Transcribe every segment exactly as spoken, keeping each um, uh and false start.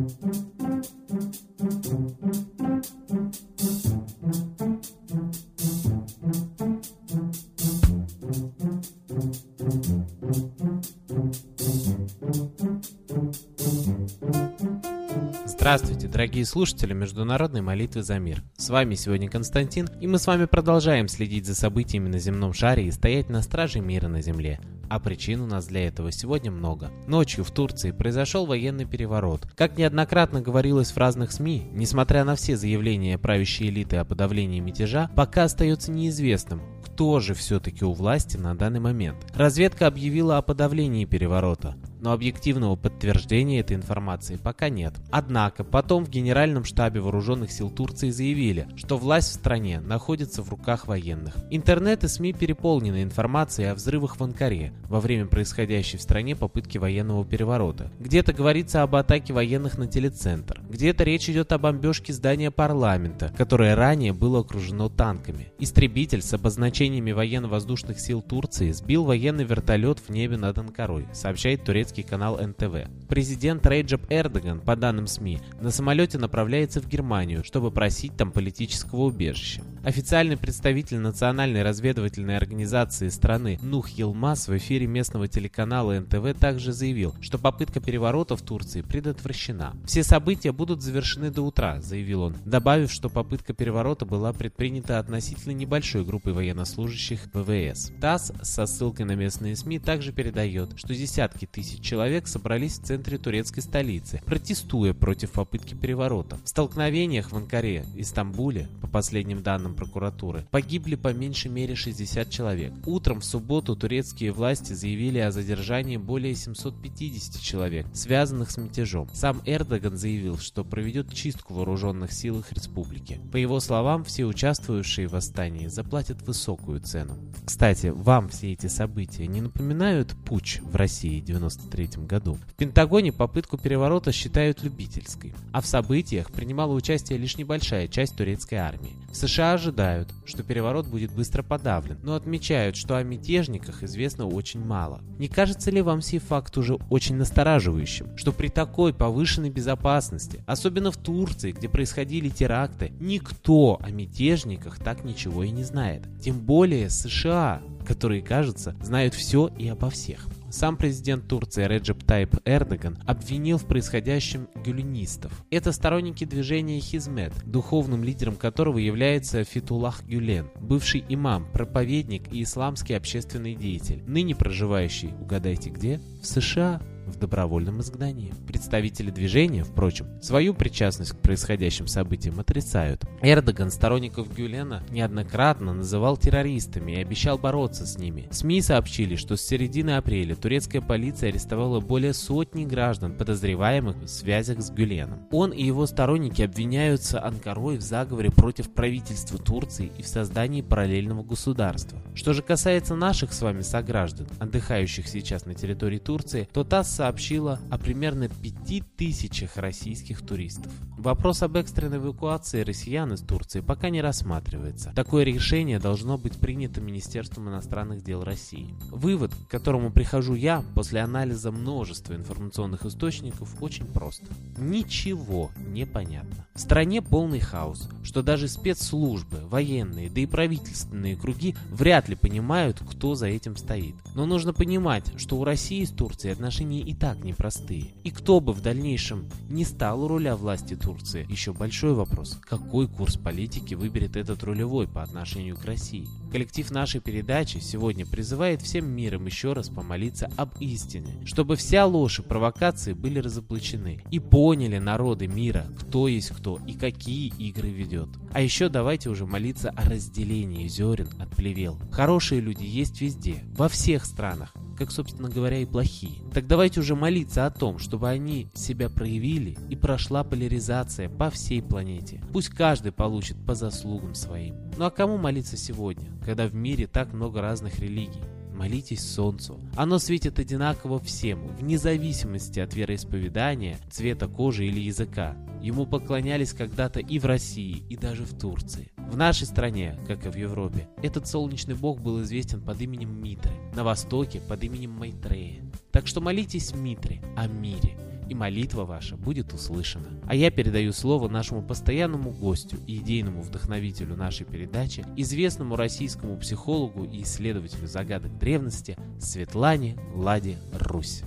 Здравствуйте, дорогие слушатели Международной молитвы за мир. С вами сегодня Константин, и мы с вами продолжаем следить за событиями на земном шаре и стоять на страже мира на земле. А причин у нас для этого сегодня много. Ночью в Турции произошел военный переворот. Как неоднократно говорилось в разных СМИ, несмотря на все заявления правящей элиты о подавлении мятежа, пока остается неизвестным, кто же все-таки у власти на данный момент. Разведка объявила о подавлении переворота, но объективного подтверждения этой информации пока нет. Однако потом в Генеральном штабе Вооруженных сил Турции заявили, что власть в стране находится в руках военных. Интернет и СМИ переполнены информацией о взрывах в Анкаре во время происходящей в стране попытки военного переворота. Где-то говорится об атаке военных на телецентр, где-то речь идет о бомбежке здания парламента, которое ранее было окружено танками. Истребитель с обозначениями военно-воздушных сил Турции сбил военный вертолет в небе над Анкарой, сообщает турецкий канал эн тэ вэ. Президент Реджеп Эрдоган, по данным СМИ, на самолете направляется в Германию, чтобы просить там политического убежища. Официальный представитель национальной разведывательной организации страны Нух Йылмаз в эфире местного телеканала эн тэ вэ также заявил, что попытка переворота в Турции предотвращена. «Все события будут завершены до утра», — заявил он, добавив, что попытка переворота была предпринята относительно небольшой группой военнослужащих вэ вэ эс. ТАСС со ссылкой на местные СМИ также передает, что десятки тысяч человек собрались в центре турецкой столицы, протестуя против попытки переворота. В столкновениях в Анкаре и Стамбуле, по последним данным прокуратуры, погибли по меньшей мере шестьдесят человек. Утром в субботу турецкие власти заявили о задержании более семисот пятидесяти человек, связанных с мятежом. Сам Эрдоган заявил, что проведет чистку в вооруженных силах республики. По его словам, все участвующие в восстании заплатят высокую цену. Кстати, вам все эти события не напоминают путч в России в девяносто третьем году? В Пентагоне попытку переворота считают любительской, а в событиях принимала участие лишь небольшая часть турецкой армии. В США ожидают, что переворот будет быстро подавлен, но отмечают, что о мятежниках известно очень мало. Не кажется ли вам сей факт уже очень настораживающим, что при такой повышенной безопасности, особенно в Турции, где происходили теракты, никто о мятежниках так ничего и не знает? Тем более США, которые, кажется, знают все и обо всех. Сам президент Турции Реджеп Тайип Эрдоган обвинил в происходящем гюленистов. Это сторонники движения Хизмет, духовным лидером которого является Фетуллах Гюлен, бывший имам, проповедник и исламский общественный деятель, ныне проживающий, угадайте где, в США, в добровольном изгнании. Представители движения, впрочем, свою причастность к происходящим событиям отрицают. Эрдоган сторонников Гюлена неоднократно называл террористами и обещал бороться с ними. СМИ сообщили, что с середины апреля турецкая полиция арестовала более сотни граждан, подозреваемых в связях с Гюленом. Он и его сторонники обвиняются Анкарой в заговоре против правительства Турции и в создании параллельного государства. Что же касается наших с вами сограждан, отдыхающих сейчас на территории Турции, то ТАСС сообщила о примерно пяти тысячах российских туристов. Вопрос об экстренной эвакуации россиян из Турции пока не рассматривается. Такое решение должно быть принято Министерством иностранных дел России. Вывод, к которому прихожу я после анализа множества информационных источников, очень прост. Ничего не понятно. В стране полный хаос, что даже спецслужбы, военные, да и правительственные круги вряд ли понимают, кто за этим стоит. Но нужно понимать, что у России с Турцией отношения и так непростые. И кто бы в дальнейшем не стал у руля власти Турции, еще большой вопрос, какой курс политики выберет этот рулевой по отношению к России. Коллектив нашей передачи сегодня призывает всем миром еще раз помолиться об истине, чтобы вся ложь и провокации были разоблачены и поняли народы мира, кто есть кто и какие игры ведет. А еще давайте уже молиться о разделении зерен от плевел. Хорошие люди есть везде, во всех странах, как, собственно говоря, и плохие. Так давайте уже молиться о том, чтобы они себя проявили и прошла поляризация по всей планете. Пусть каждый получит по заслугам своим. Ну а кому молиться сегодня, когда в мире так много разных религий? Молитесь солнцу. Оно светит одинаково всем, вне зависимости от вероисповедания, цвета кожи или языка. Ему поклонялись когда-то и в России, и даже в Турции. В нашей стране, как и в Европе, этот солнечный бог был известен под именем Митры, на Востоке под именем Майтрея. Так что молитесь Митре о мире. и молитва ваша будет услышана. А я передаю слово нашему постоянному гостю и идейному вдохновителю нашей передачи, известному российскому психологу и исследователю загадок древности Светлане Ладе Русь.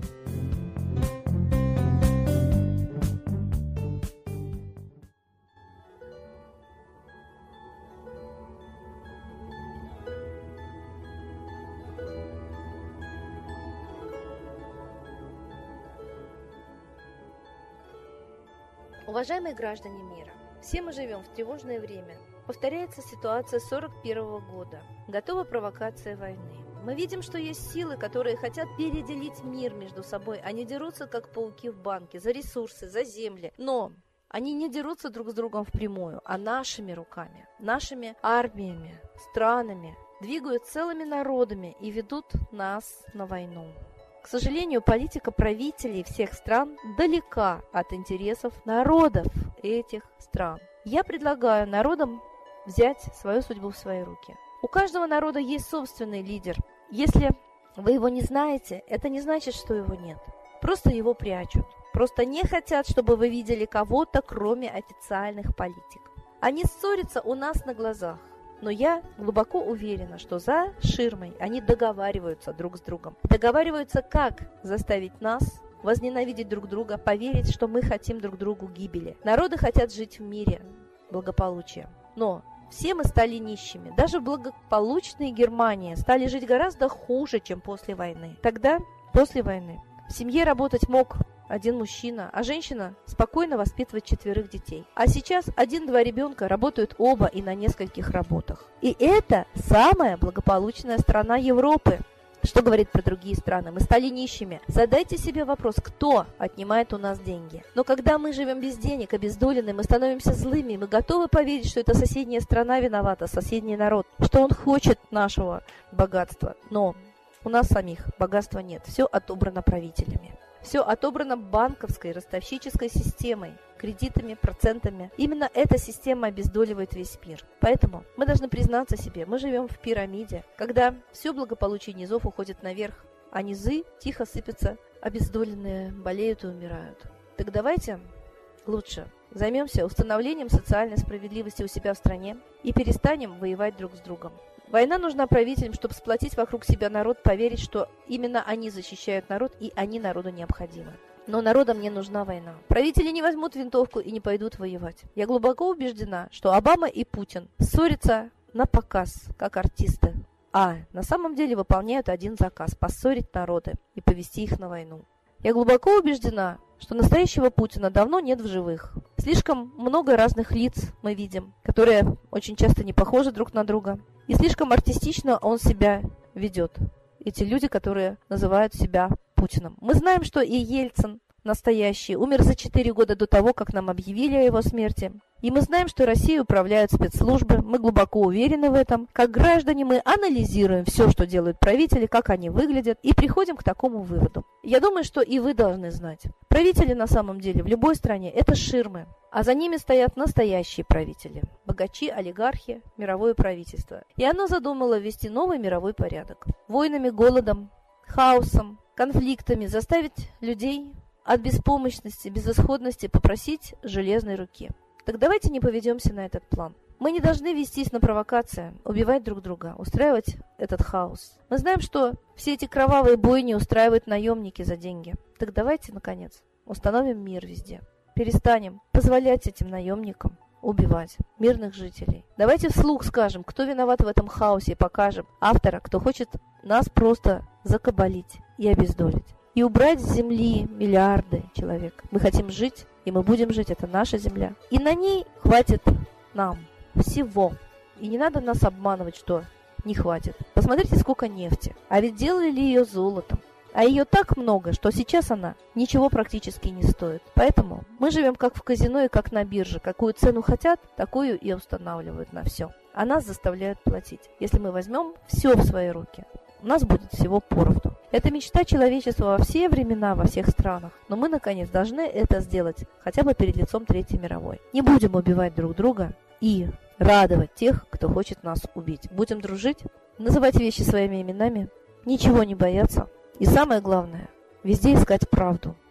Уважаемые граждане мира, все мы живем в тревожное время. Повторяется ситуация сорок первого года. Готова провокация войны. Мы видим, что есть силы, которые хотят переделить мир между собой. Они дерутся, как пауки в банке, за ресурсы, за земли. Но они не дерутся друг с другом впрямую, а нашими руками, нашими армиями, странами, двигают целыми народами и ведут нас на войну. К сожалению, политика правителей всех стран далека от интересов народов этих стран. Я предлагаю народам взять свою судьбу в свои руки. У каждого народа есть собственный лидер. Если вы его не знаете, это не значит, что его нет. Просто его прячут. Просто не хотят, чтобы вы видели кого-то, кроме официальных политиков. Они ссорятся у нас на глазах. Но я глубоко уверена, что за ширмой они договариваются друг с другом. Договариваются, как заставить нас возненавидеть друг друга, поверить, что мы хотим друг другу гибели. Народы хотят жить в мире, благополучия. Но все мы стали нищими. Даже в благополучной Германии стали жить гораздо хуже, чем после войны. Тогда, после войны, в семье работать мог один мужчина, а женщина спокойно воспитывает четверых детей. А сейчас один-два ребенка работают оба и на нескольких работах. И это самая благополучная страна Европы. Что говорит про другие страны? Мы стали нищими. Задайте себе вопрос, кто отнимает у нас деньги. Но когда мы живем без денег, обездолены, мы становимся злыми, мы готовы поверить, что это соседняя страна виновата, соседний народ, что он хочет нашего богатства. Но у нас самих богатства нет. Все отобрано правителями. Все отобрано банковской, ростовщической системой, кредитами, процентами. Именно эта система обездоливает весь мир. Поэтому мы должны признаться себе, мы живем в пирамиде, когда все благополучие низов уходит наверх, а низы тихо сыпятся, обездоленные болеют и умирают. Так давайте лучше займемся установлением социальной справедливости у себя в стране и перестанем воевать друг с другом. Война нужна правителям, чтобы сплотить вокруг себя народ, поверить, что именно они защищают народ и они народу необходимы. Но народам не нужна война. Правители не возьмут винтовку и не пойдут воевать. Я глубоко убеждена, что Обама и Путин ссорятся на показ, как артисты. А на самом деле выполняют один заказ – поссорить народы и повести их на войну. Я глубоко убеждена, что настоящего Путина давно нет в живых. Слишком много разных лиц мы видим, которые очень часто не похожи друг на друга. И слишком артистично он себя ведет. Эти люди, которые называют себя Путиным. Мы знаем, что и Ельцин настоящий умер за четыре года до того, как нам объявили о его смерти. И мы знаем, что Россией управляют спецслужбы. Мы глубоко уверены в этом. Как граждане мы анализируем все, что делают правители, как они выглядят, и приходим к такому выводу. Я думаю, что и вы должны знать. Правители на самом деле в любой стране – это ширмы. А за ними стоят настоящие правители. Богачи, олигархи, мировое правительство. И оно задумало ввести новый мировой порядок. Войнами, голодом, хаосом, конфликтами заставить людей от беспомощности, безысходности попросить железной руки. Так давайте не поведемся на этот план. Мы не должны вестись на провокации, убивать друг друга, устраивать этот хаос. Мы знаем, что все эти кровавые бойни устраивают наемники за деньги. Так давайте, наконец, установим мир везде. Перестанем позволять этим наемникам убивать мирных жителей. Давайте вслух скажем, кто виноват в этом хаосе, и покажем автора, кто хочет нас просто закабалить и обездолить. И убрать с земли миллиарды человек. Мы хотим жить, и мы будем жить, это наша земля. И на ней хватит нам всего. И не надо нас обманывать, что не хватит. Посмотрите, сколько нефти. А ведь делали ли ее золотом? А ее так много, что сейчас она ничего практически не стоит. Поэтому мы живем как в казино и как на бирже. Какую цену хотят, такую и устанавливают на все. А нас заставляют платить. Если мы возьмем все в свои руки, у нас будет всего поровну. Это мечта человечества во все времена, во всех странах. Но мы, наконец, должны это сделать хотя бы перед лицом Третьей мировой. Не будем убивать друг друга и радовать тех, кто хочет нас убить. Будем дружить, называть вещи своими именами, ничего не бояться. И самое главное, везде искать правду.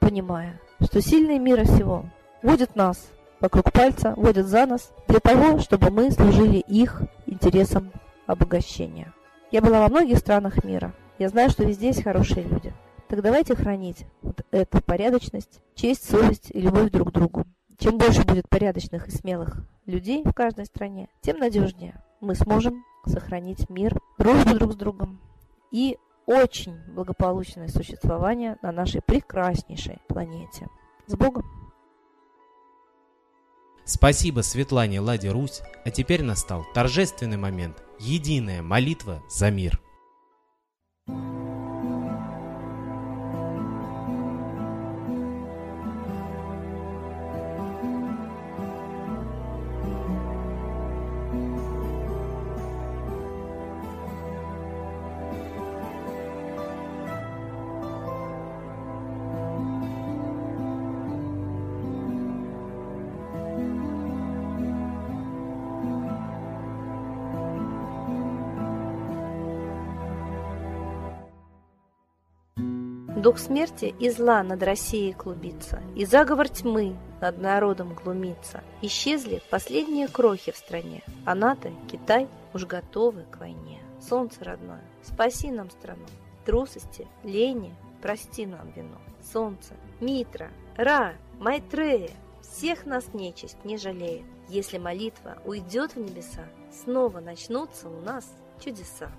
понимая, что сильные мира сего водят нас вокруг пальца, водят за нос для того, чтобы мы служили их интересам обогащения. Я была во многих странах мира. Я знаю, что везде есть хорошие люди. Так давайте хранить вот эту порядочность, честь, совесть и любовь друг к другу. Чем больше будет порядочных и смелых людей в каждой стране, тем надежнее мы сможем сохранить мир, дружбу друг с другом и очень благополучное существование на нашей прекраснейшей планете. С Богом! Спасибо Светлане Ладе Русь, а теперь настал торжественный момент – единая молитва за мир. Дух смерти и зла над Россией клубится, и заговор тьмы над народом глумится. Исчезли последние крохи в стране, а НАТО, Китай уж готовы к войне. Солнце родное, спаси нам страну, трусости, лени, прости нам вину. Солнце, Митра, Ра, Майтрея, всех нас нечисть не жалеет. Если молитва уйдет в небеса, снова начнутся у нас чудеса.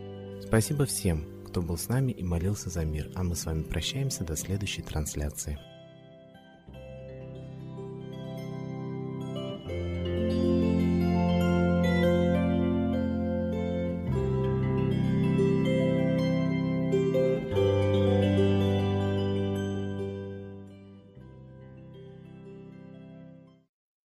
Спасибо всем, кто был с нами и молился за мир, а мы с вами прощаемся до следующей трансляции.